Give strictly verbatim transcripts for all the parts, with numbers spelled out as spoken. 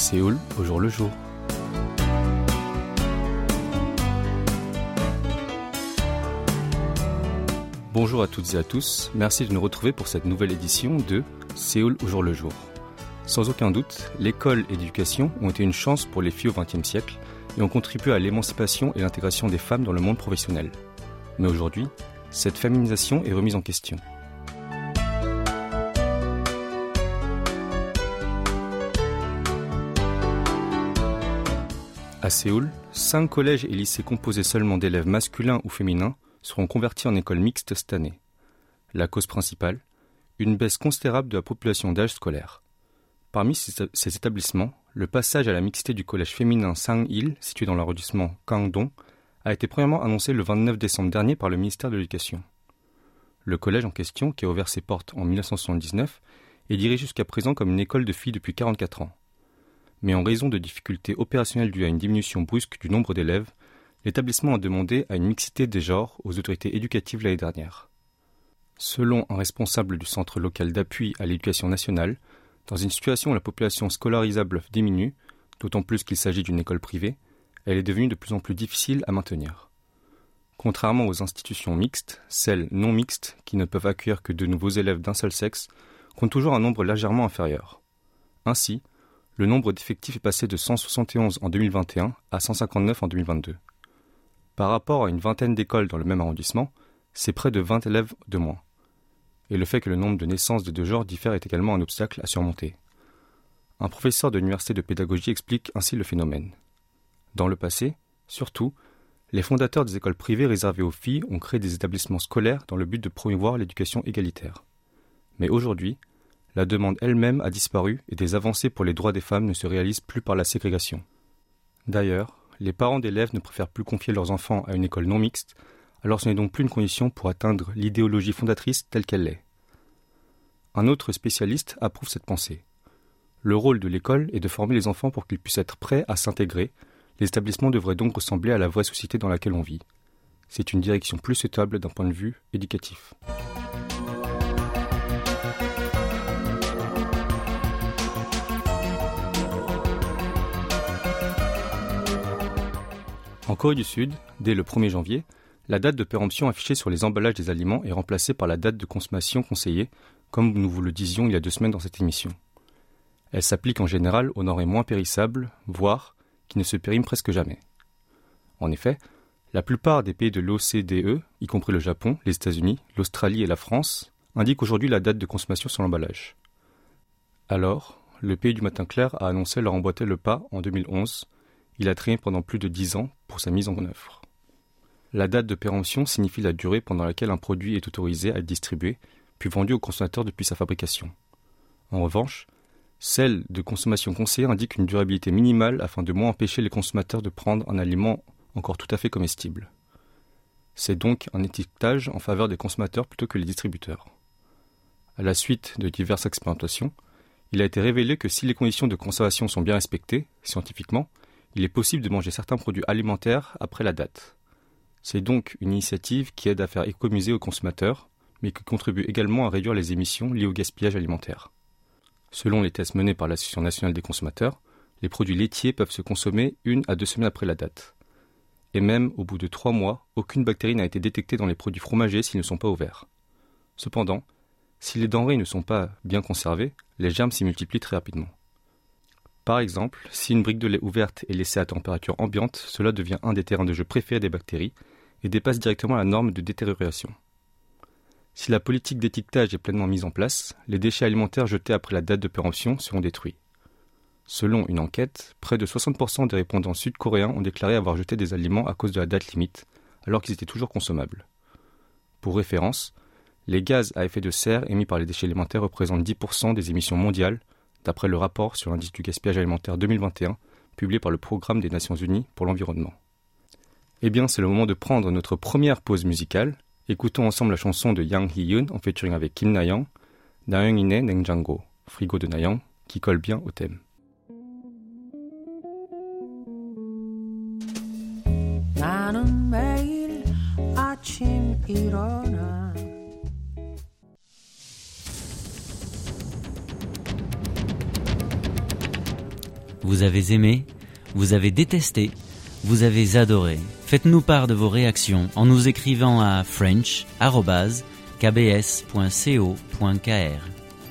Séoul au jour le jour. Bonjour à toutes et à tous, merci de nous retrouver pour cette nouvelle édition de Séoul au jour le jour. Sans aucun doute, l'école et l'éducation ont été une chance pour les filles au vingtième siècle et ont contribué à l'émancipation et l'intégration des femmes dans le monde professionnel. Mais aujourd'hui, cette féminisation est remise en question. À Séoul, cinq collèges et lycées composés seulement d'élèves masculins ou féminins seront convertis en école mixte cette année. La cause principale, une baisse considérable de la population d'âge scolaire. Parmi ces établissements, le passage à la mixité du collège féminin Sang-il, situé dans l'arrondissement Gangdong, a été premièrement annoncé le vingt-neuf décembre dernier par le ministère de l'Éducation. Le collège en question, qui a ouvert ses portes en dix-neuf cent soixante-dix-neuf, est dirigé jusqu'à présent comme une école de filles depuis quarante-quatre ans. Mais en raison de difficultés opérationnelles dues à une diminution brusque du nombre d'élèves, l'établissement a demandé à une mixité des genres aux autorités éducatives l'année dernière. Selon un responsable du Centre local d'appui à l'éducation nationale, dans une situation où la population scolarisable diminue, d'autant plus qu'il s'agit d'une école privée, elle est devenue de plus en plus difficile à maintenir. Contrairement aux institutions mixtes, celles non mixtes, qui ne peuvent accueillir que de nouveaux élèves d'un seul sexe, comptent toujours un nombre légèrement inférieur. Ainsi, le nombre d'effectifs est passé de cent soixante et onze en deux mille vingt et un à cent cinquante-neuf en deux mille vingt-deux. Par rapport à une vingtaine d'écoles dans le même arrondissement, c'est près de vingt élèves de moins. Et le fait que le nombre de naissances de deux genres diffère est également un obstacle à surmonter. Un professeur de l'université de pédagogie explique ainsi le phénomène. Dans le passé, surtout, les fondateurs des écoles privées réservées aux filles ont créé des établissements scolaires dans le but de promouvoir l'éducation égalitaire. Mais aujourd'hui, la demande elle-même a disparu et des avancées pour les droits des femmes ne se réalisent plus par la ségrégation. D'ailleurs, les parents d'élèves ne préfèrent plus confier leurs enfants à une école non mixte, alors ce n'est donc plus une condition pour atteindre l'idéologie fondatrice telle qu'elle l'est. Un autre spécialiste approuve cette pensée. Le rôle de l'école est de former les enfants pour qu'ils puissent être prêts à s'intégrer. Les établissements devraient donc ressembler à la vraie société dans laquelle on vit. C'est une direction plus souhaitable d'un point de vue éducatif. En Corée du Sud, dès le premier janvier, la date de péremption affichée sur les emballages des aliments est remplacée par la date de consommation conseillée, comme nous vous le disions il y a deux semaines dans cette émission. Elle s'applique en général aux denrées moins périssables, voire qui ne se périment presque jamais. En effet, la plupart des pays de l'O C D E, y compris le Japon, les États-Unis, l'Australie et la France, indiquent aujourd'hui la date de consommation sur l'emballage. Alors, le pays du matin clair a annoncé leur emboîter le pas en deux mille onze. Il a traîné pendant plus de dix ans pour sa mise en œuvre. La date de péremption signifie la durée pendant laquelle un produit est autorisé à être distribué, puis vendu au consommateur depuis sa fabrication. En revanche, celle de consommation conseillée indique une durabilité minimale afin de moins empêcher les consommateurs de prendre un aliment encore tout à fait comestible. C'est donc un étiquetage en faveur des consommateurs plutôt que les distributeurs. À la suite de diverses expérimentations, il a été révélé que si les conditions de conservation sont bien respectées, scientifiquement, il est possible de manger certains produits alimentaires après la date. C'est donc une initiative qui aide à faire économiser aux consommateurs, mais qui contribue également à réduire les émissions liées au gaspillage alimentaire. Selon les tests menés par l'Association nationale des consommateurs, les produits laitiers peuvent se consommer une à deux semaines après la date. Et même au bout de trois mois, aucune bactérie n'a été détectée dans les produits fromagers s'ils ne sont pas ouverts. Cependant, si les denrées ne sont pas bien conservées, les germes s'y multiplient très rapidement. Par exemple, si une brique de lait ouverte est laissée à température ambiante, cela devient un des terrains de jeu préférés des bactéries et dépasse directement la norme de détérioration. Si la politique d'étiquetage est pleinement mise en place, les déchets alimentaires jetés après la date de péremption seront détruits. Selon une enquête, près de soixante pour cent des répondants sud-coréens ont déclaré avoir jeté des aliments à cause de la date limite, alors qu'ils étaient toujours consommables. Pour référence, les gaz à effet de serre émis par les déchets alimentaires représentent dix pour cent des émissions mondiales, d'après le rapport sur l'indice du gaspillage alimentaire deux mille vingt et un, publié par le Programme des Nations Unies pour l'environnement. Eh bien, c'est le moment de prendre notre première pause musicale. Écoutons ensemble la chanson de Yang Hee-eun en featuring avec Kim Na-young, Nayoungine Nenjango, frigo de Na-young, qui colle bien au thème. 나는 매일 아침 일어나 Vous avez aimé, vous avez détesté, vous avez adoré. Faites-nous part de vos réactions en nous écrivant à french arobase k b s point co point k r.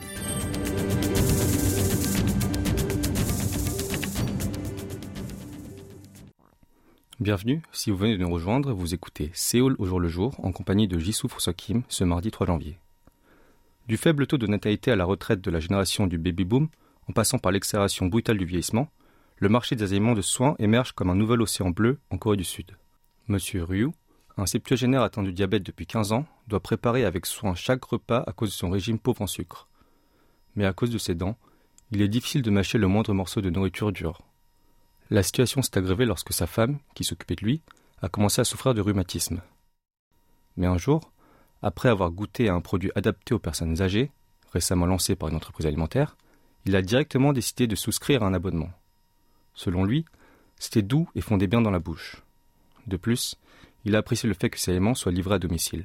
Bienvenue, si vous venez de nous rejoindre, vous écoutez Séoul au jour le jour en compagnie de Jisoo François Kim ce mardi trois janvier. Du faible taux de natalité à la retraite de la génération du baby-boom, en passant par l'accélération brutale du vieillissement, le marché des aliments de soins émerge comme un nouvel océan bleu en Corée du Sud. Monsieur Ryu, un septuagénaire atteint du diabète depuis quinze ans, doit préparer avec soin chaque repas à cause de son régime pauvre en sucre. Mais à cause de ses dents, il est difficile de mâcher le moindre morceau de nourriture dure. La situation s'est aggravée lorsque sa femme, qui s'occupait de lui, a commencé à souffrir de rhumatisme. Mais un jour, après avoir goûté à un produit adapté aux personnes âgées, récemment lancé par une entreprise alimentaire, il a directement décidé de souscrire à un abonnement. Selon lui, c'était doux et fondait bien dans la bouche. De plus, il a apprécié le fait que ces aliments soient livrés à domicile.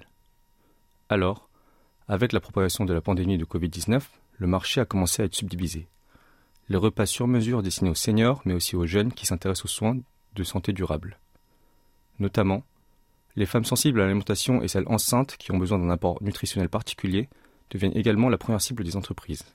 Alors, avec la propagation de la pandémie de covid dix-neuf, le marché a commencé à être subdivisé. Les repas sur mesure destinés aux seniors, mais aussi aux jeunes qui s'intéressent aux soins de santé durable. Notamment, les femmes sensibles à l'alimentation et celles enceintes qui ont besoin d'un apport nutritionnel particulier deviennent également la première cible des entreprises.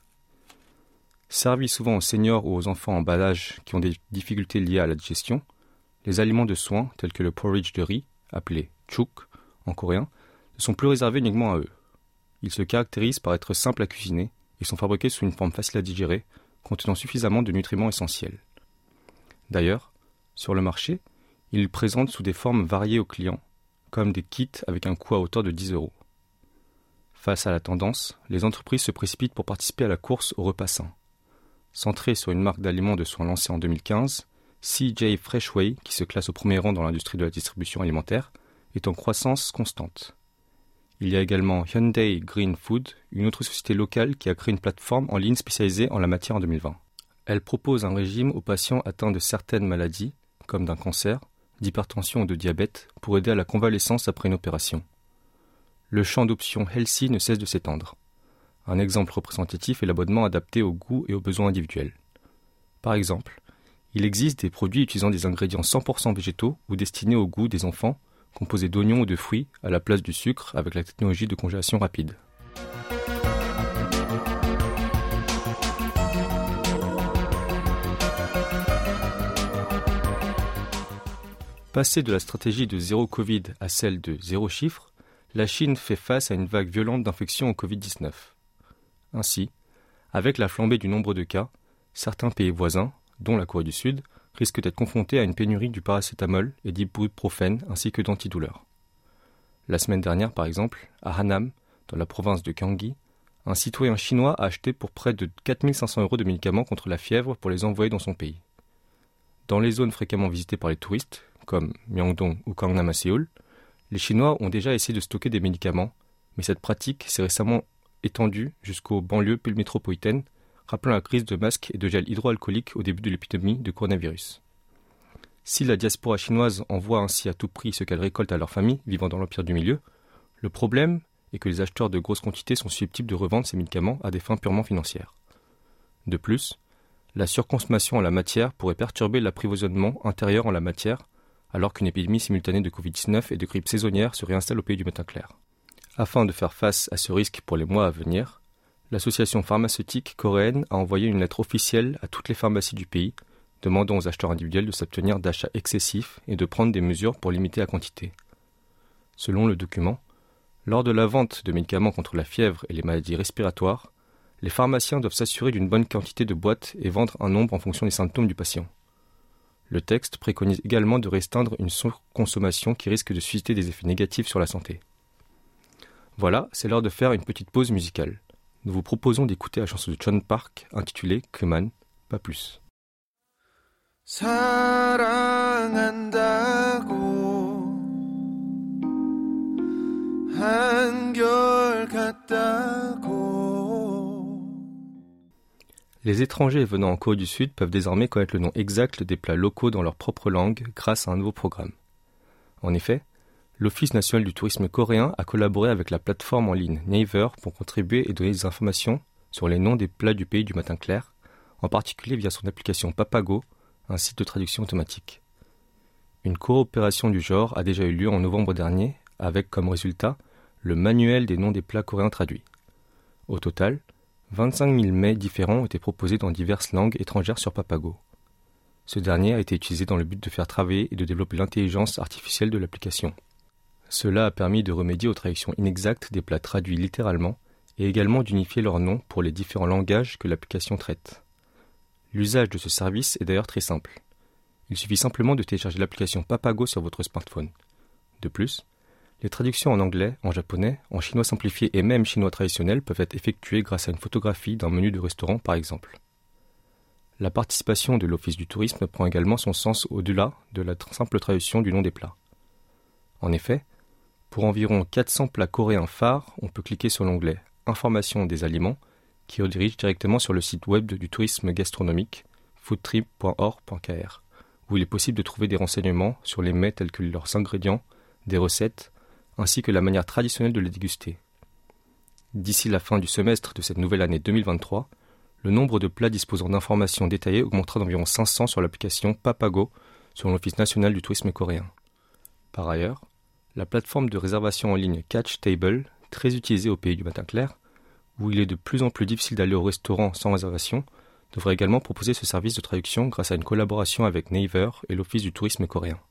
Servis souvent aux seniors ou aux enfants en bas âge qui ont des difficultés liées à la digestion, les aliments de soins tels que le porridge de riz, appelé chuk en coréen, ne sont plus réservés uniquement à eux. Ils se caractérisent par être simples à cuisiner et sont fabriqués sous une forme facile à digérer, contenant suffisamment de nutriments essentiels. D'ailleurs, sur le marché, ils présentent sous des formes variées aux clients, comme des kits avec un coût à hauteur de dix euros. Face à la tendance, les entreprises se précipitent pour participer à la course au repas sain. Centrée sur une marque d'aliments de soins lancée en deux mille quinze, C J Freshway, qui se classe au premier rang dans l'industrie de la distribution alimentaire, est en croissance constante. Il y a également Hyundai Green Food, une autre société locale qui a créé une plateforme en ligne spécialisée en la matière en deux mille vingt. Elle propose un régime aux patients atteints de certaines maladies, comme d'un cancer, d'hypertension ou de diabète, pour aider à la convalescence après une opération. Le champ d'options healthy ne cesse de s'étendre. Un exemple représentatif est l'abonnement adapté aux goûts et aux besoins individuels. Par exemple, il existe des produits utilisant des ingrédients cent pour cent végétaux ou destinés au goût des enfants, composés d'oignons ou de fruits à la place du sucre avec la technologie de congélation rapide. Passée de la stratégie de zéro Covid à celle de zéro chiffre, la Chine fait face à une vague violente d'infections au covid dix-neuf. Ainsi, avec la flambée du nombre de cas, certains pays voisins, dont la Corée du Sud, risquent d'être confrontés à une pénurie du paracétamol et d'ibuprofène ainsi que d'antidouleurs. La semaine dernière, par exemple, à Hanam, dans la province de Gyeonggi, un citoyen chinois a acheté pour près de quatre mille cinq cents euros de médicaments contre la fièvre pour les envoyer dans son pays. Dans les zones fréquemment visitées par les touristes, comme Myeongdong ou Gangnam à Séoul, les Chinois ont déjà essayé de stocker des médicaments, mais cette pratique s'est récemment étendue jusqu'aux banlieues métropolitaines, rappelant la crise de masques et de gel hydroalcoolique au début de l'épidémie de coronavirus. Si la diaspora chinoise envoie ainsi à tout prix ce qu'elle récolte à leur famille vivant dans l'empire du milieu, le problème est que les acheteurs de grosses quantités sont susceptibles de revendre ces médicaments à des fins purement financières. De plus, la surconsommation en la matière pourrait perturber l'approvisionnement intérieur en la matière, alors qu'une épidémie simultanée de covid dix-neuf et de grippe saisonnière se réinstalle au pays du matin clair. Afin de faire face à ce risque pour les mois à venir, l'association pharmaceutique coréenne a envoyé une lettre officielle à toutes les pharmacies du pays, demandant aux acheteurs individuels de s'abstenir d'achats excessifs et de prendre des mesures pour limiter la quantité. Selon le document, lors de la vente de médicaments contre la fièvre et les maladies respiratoires, les pharmaciens doivent s'assurer d'une bonne quantité de boîtes et vendre un nombre en fonction des symptômes du patient. Le texte préconise également de restreindre une surconsommation qui risque de susciter des effets négatifs sur la santé. Voilà, c'est l'heure de faire une petite pause musicale. Nous vous proposons d'écouter la chanson de John Park intitulée 그만, pas plus. 사랑한다고 한결같다고. Les étrangers venant en Corée du Sud peuvent désormais connaître le nom exact des plats locaux dans leur propre langue grâce à un nouveau programme. En effet, l'Office national du tourisme coréen a collaboré avec la plateforme en ligne Naver pour contribuer et donner des informations sur les noms des plats du pays du matin clair, en particulier via son application Papago, un site de traduction automatique. Une coopération du genre a déjà eu lieu en novembre dernier, avec comme résultat le manuel des noms des plats coréens traduits. Au total, vingt-cinq mille mets différents ont été proposés dans diverses langues étrangères sur Papago. Ce dernier a été utilisé dans le but de faire travailler et de développer l'intelligence artificielle de l'application. Cela a permis de remédier aux traductions inexactes des plats traduits littéralement et également d'unifier leurs noms pour les différents langages que l'application traite. L'usage de ce service est d'ailleurs très simple. Il suffit simplement de télécharger l'application Papago sur votre smartphone. De plus, les traductions en anglais, en japonais, en chinois simplifié et même chinois traditionnel peuvent être effectuées grâce à une photographie d'un menu de restaurant par exemple. La participation de l'Office du tourisme prend également son sens au-delà de la tr- simple traduction du nom des plats. En effet, pour environ quatre cents plats coréens phares, on peut cliquer sur l'onglet « Information des aliments » qui redirige directement sur le site web du tourisme gastronomique foodtrip point org point k r où il est possible de trouver des renseignements sur les mets tels que leurs ingrédients, des recettes, ainsi que la manière traditionnelle de les déguster. D'ici la fin du semestre de cette nouvelle année deux mille vingt-trois, le nombre de plats disposant d'informations détaillées augmentera d'environ cinq cents sur l'application Papago selon l'Office national du tourisme coréen. Par ailleurs, la plateforme de réservation en ligne Catch Table, très utilisée au pays du matin clair, où il est de plus en plus difficile d'aller au restaurant sans réservation, devrait également proposer ce service de traduction grâce à une collaboration avec Naver et l'Office du tourisme coréen.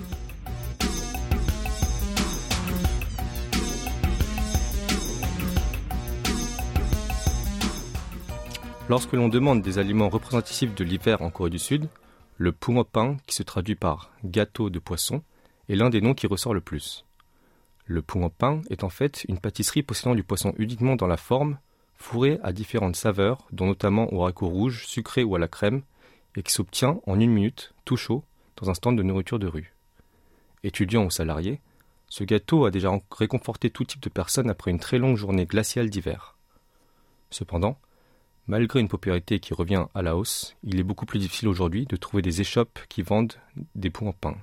Lorsque l'on demande des aliments représentatifs de l'hiver en Corée du Sud, le 붕어빵, qui se traduit par gâteau de poisson, est l'un des noms qui ressort le plus. Le 붕어빵 est en fait une pâtisserie possédant du poisson uniquement dans la forme, fourré à différentes saveurs, dont notamment au haricot rouge, sucré ou à la crème, et qui s'obtient en une minute, tout chaud, dans un stand de nourriture de rue. Étudiant ou salarié, ce gâteau a déjà réconforté tout type de personnes après une très longue journée glaciale d'hiver. Cependant, malgré une popularité qui revient à la hausse, il est beaucoup plus difficile aujourd'hui de trouver des échoppes qui vendent des 붕어빵.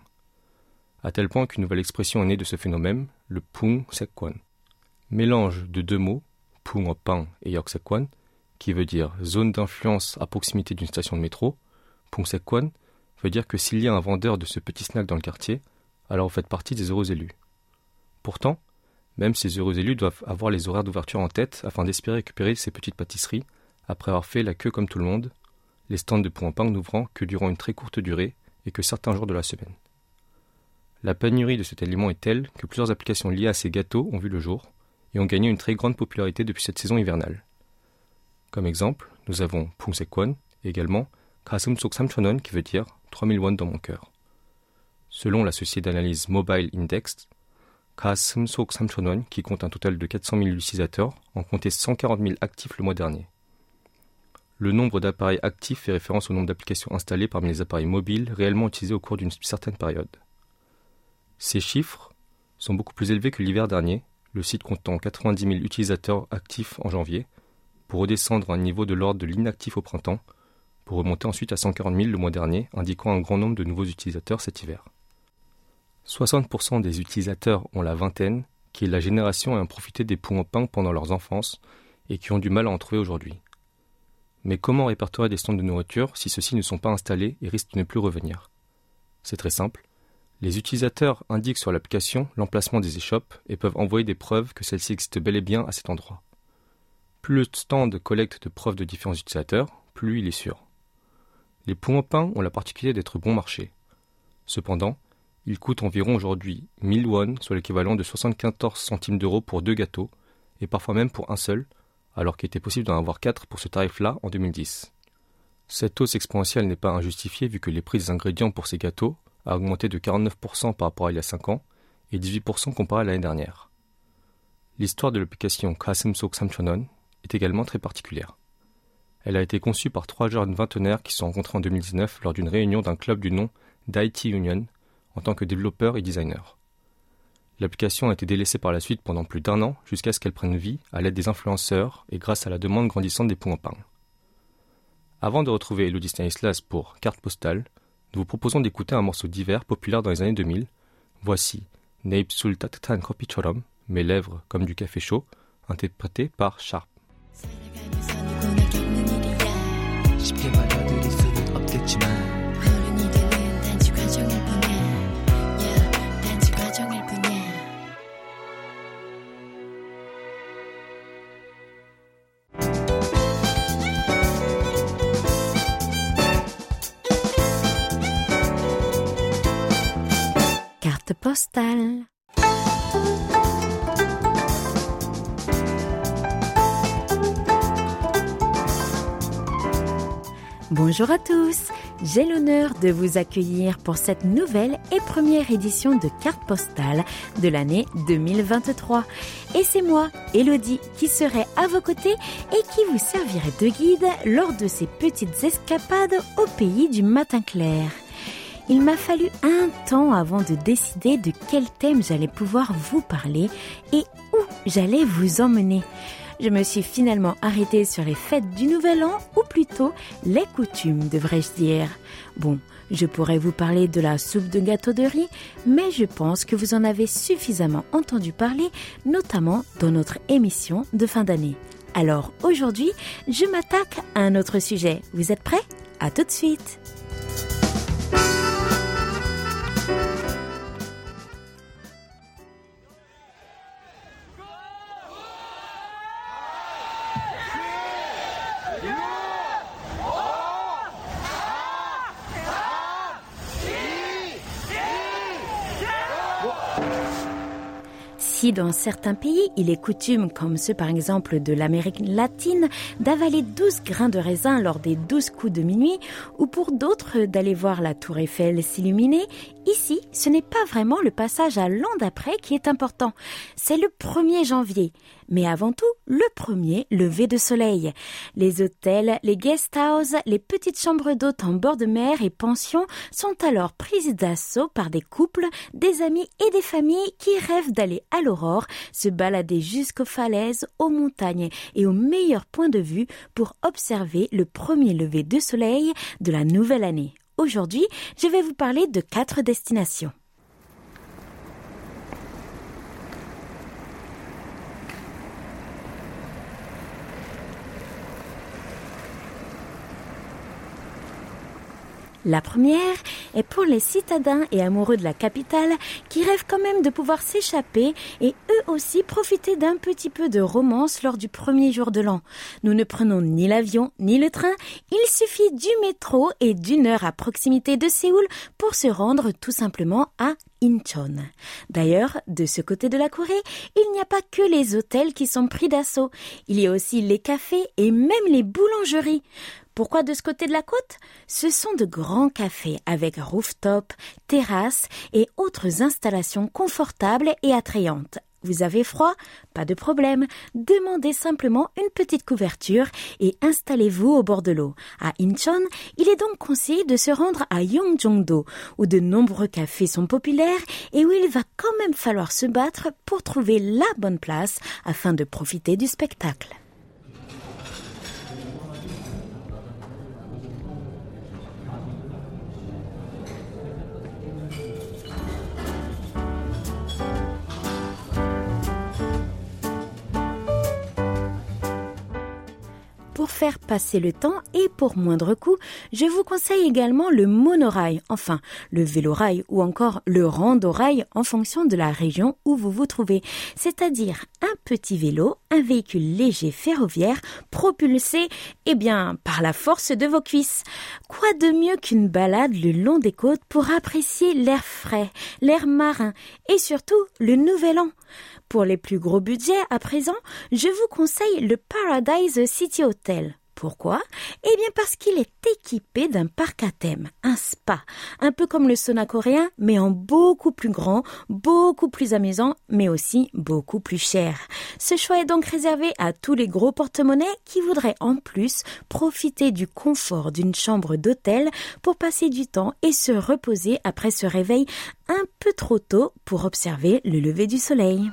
À tel point qu'une nouvelle expression est née de ce phénomène, le 붕세권. Mélange de deux mots, 붕어빵 et 역세권, qui veut dire zone d'influence à proximité d'une station de métro. 붕세권 veut dire que s'il y a un vendeur de ce petit snack dans le quartier, alors vous faites partie des heureux élus. Pourtant, même ces heureux élus doivent avoir les horaires d'ouverture en tête afin d'espérer récupérer ces petites pâtisseries après avoir fait la queue comme tout le monde, les stands de 붕어빵 n'ouvrant que durant une très courte durée et que certains jours de la semaine. La pénurie de cet aliment est telle que plusieurs applications liées à ces gâteaux ont vu le jour et ont gagné une très grande popularité depuis cette saison hivernale. Comme exemple, nous avons 붕세권 et également 가슴속 삼천 원 qui veut dire trois mille won dans mon cœur. Selon la société d'analyse Mobile Index, 가슴속 삼천 원, qui compte un total de quatre cent mille utilisateurs, en comptait cent quarante mille actifs le mois dernier. Le nombre d'appareils actifs fait référence au nombre d'applications installées parmi les appareils mobiles réellement utilisés au cours d'une certaine période. Ces chiffres sont beaucoup plus élevés que l'hiver dernier, le site comptant quatre-vingt-dix mille utilisateurs actifs en janvier, pour redescendre à un niveau de l'ordre de l'inactif au printemps, pour remonter ensuite à cent quarante mille le mois dernier, indiquant un grand nombre de nouveaux utilisateurs cet hiver. soixante pour cent des utilisateurs ont la vingtaine, qui est la génération ayant profité des 붕어빵 pendant leur enfance et qui ont du mal à en trouver aujourd'hui. Mais comment répertorier des stands de nourriture si ceux-ci ne sont pas installés et risquent de ne plus revenir ? C'est très simple. Les utilisateurs indiquent sur l'application l'emplacement des échoppes et peuvent envoyer des preuves que celles-ci existent bel et bien à cet endroit. Plus le stand collecte de preuves de différents utilisateurs, plus il est sûr. Les 붕어빵 ont la particularité d'être bon marché. Cependant, ils coûtent environ aujourd'hui mille won, soit l'équivalent de soixante-quatorze centimes d'euros pour deux gâteaux, et parfois même pour un seul, alors qu'il était possible d'en avoir quatre pour ce tarif-là en deux mille dix. Cette hausse exponentielle n'est pas injustifiée vu que les prix des ingrédients pour ces gâteaux a augmenté de quarante-neuf pour cent par rapport à il y a cinq ans et dix-huit pour cent comparé à l'année dernière. L'histoire de l'application 가슴속 삼천 원 est également très particulière. Elle a été conçue par trois jeunes vingtenaires qui se sont rencontrés en deux mille dix-neuf lors d'une réunion d'un club du nom d'I T Union en tant que développeurs et designers. L'application a été délaissée par la suite pendant plus d'un an jusqu'à ce qu'elle prenne vie à l'aide des influenceurs et grâce à la demande grandissante des 붕어빵. Avant de retrouver Elodie Stanislas pour Carte postale, nous vous proposons d'écouter un morceau d'hiver populaire dans les années deux mille. Voici 내 입술 따뜻한 커피처럼, mes lèvres comme du café chaud, interprété par Sharp. 쉽게 말해 있지만 어른이 되는 단지 과정일 뿐이야. Yeah, 단지 과정일 뿐이야. Carte postale. Bonjour à tous, j'ai l'honneur de vous accueillir pour cette nouvelle et première édition de Carte postale de l'année deux mille vingt-trois. Et c'est moi, Elodie, qui serai à vos côtés et qui vous servirai de guide lors de ces petites escapades au pays du matin clair. Il m'a fallu un temps avant de décider de quel thème j'allais pouvoir vous parler et où j'allais vous emmener. Je me suis finalement arrêtée sur les fêtes du Nouvel An, ou plutôt les coutumes, devrais-je dire. Bon, je pourrais vous parler de la soupe de gâteau de riz, mais je pense que vous en avez suffisamment entendu parler, notamment dans notre émission de fin d'année. Alors aujourd'hui, je m'attaque à un autre sujet. Vous êtes prêts ? À tout de suite ! Si dans certains pays, il est coutume, comme ceux par exemple de l'Amérique latine, d'avaler douze grains de raisin lors des douze coups de minuit, ou pour d'autres d'aller voir la tour Eiffel s'illuminer, ici, ce n'est pas vraiment le passage à l'an d'après qui est important. C'est le premier janvier. Mais avant tout, le premier lever de soleil. Les hôtels, les guest houses, les petites chambres d'hôtes en bord de mer et pensions sont alors prises d'assaut par des couples, des amis et des familles qui rêvent d'aller à l'aurore, se balader jusqu'aux falaises, aux montagnes et aux meilleurs points de vue pour observer le premier lever de soleil de la nouvelle année. Aujourd'hui, je vais vous parler de quatre destinations. La première est pour les citadins et amoureux de la capitale qui rêvent quand même de pouvoir s'échapper et eux aussi profiter d'un petit peu de romance lors du premier jour de l'an. Nous ne prenons ni l'avion ni le train, il suffit du métro et d'une heure à proximité de Séoul pour se rendre tout simplement à Incheon. D'ailleurs, de ce côté de la Corée, il n'y a pas que les hôtels qui sont pris d'assaut. Il y a aussi les cafés et même les boulangeries. Pourquoi de ce côté de la côte ? Ce sont de grands cafés avec rooftop, terrasses et autres installations confortables et attrayantes. Vous avez froid ? Pas de problème. Demandez simplement une petite couverture et installez-vous au bord de l'eau. À Incheon, il est donc conseillé de se rendre à Yeongjong-do, où de nombreux cafés sont populaires et où il va quand même falloir se battre pour trouver la bonne place afin de profiter du spectacle. Pour faire passer le temps et pour moindre coût, je vous conseille également le monorail, enfin le vélorail ou encore le randorail en fonction de la région où vous vous trouvez. C'est-à-dire un petit vélo, un véhicule léger ferroviaire propulsé eh bien, par la force de vos cuisses. Quoi de mieux qu'une balade le long des côtes pour apprécier l'air frais, l'air marin et surtout le nouvel an. Pour les plus gros budgets, à présent, je vous conseille le Paradise City Hotel. Pourquoi ? Eh bien parce qu'il est équipé d'un parc à thème, un spa, un peu comme le sauna coréen, mais en beaucoup plus grand, beaucoup plus amusant, mais aussi beaucoup plus cher. Ce choix est donc réservé à tous les gros porte-monnaies qui voudraient en plus profiter du confort d'une chambre d'hôtel pour passer du temps et se reposer après ce réveil un peu trop tôt pour observer le lever du soleil.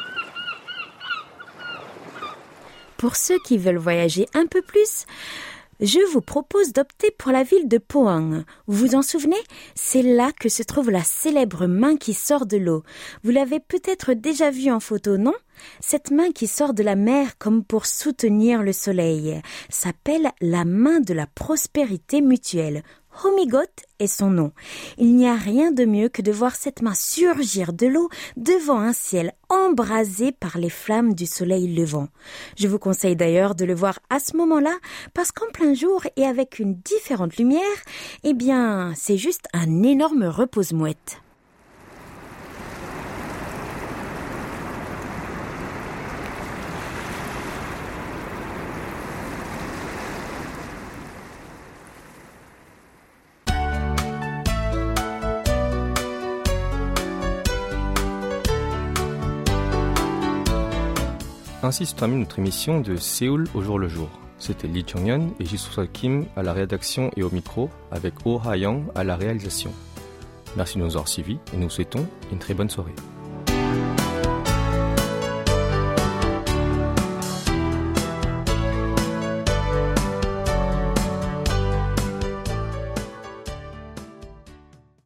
Pour ceux qui veulent voyager un peu plus, je vous propose d'opter pour la ville de Pohang. Vous vous en souvenez? C'est là que se trouve la célèbre main qui sort de l'eau. Vous l'avez peut-être déjà vue en photo, non? Cette main qui sort de la mer comme pour soutenir le soleil s'appelle la main de la prospérité mutuelle. Homigot est son nom. Il n'y a rien de mieux que de voir cette main surgir de l'eau devant un ciel embrasé par les flammes du soleil levant. Je vous conseille d'ailleurs de le voir à ce moment-là parce qu'en plein jour et avec une différente lumière, eh bien, c'est juste un énorme repose-mouette. Ainsi se termine notre émission de Séoul au jour le jour. C'était Lee Chang-yeon et Jisoo Kim à la rédaction et au micro, avec Oh Ha-young à la réalisation. Merci de nous avoir suivis et nous souhaitons une très bonne soirée.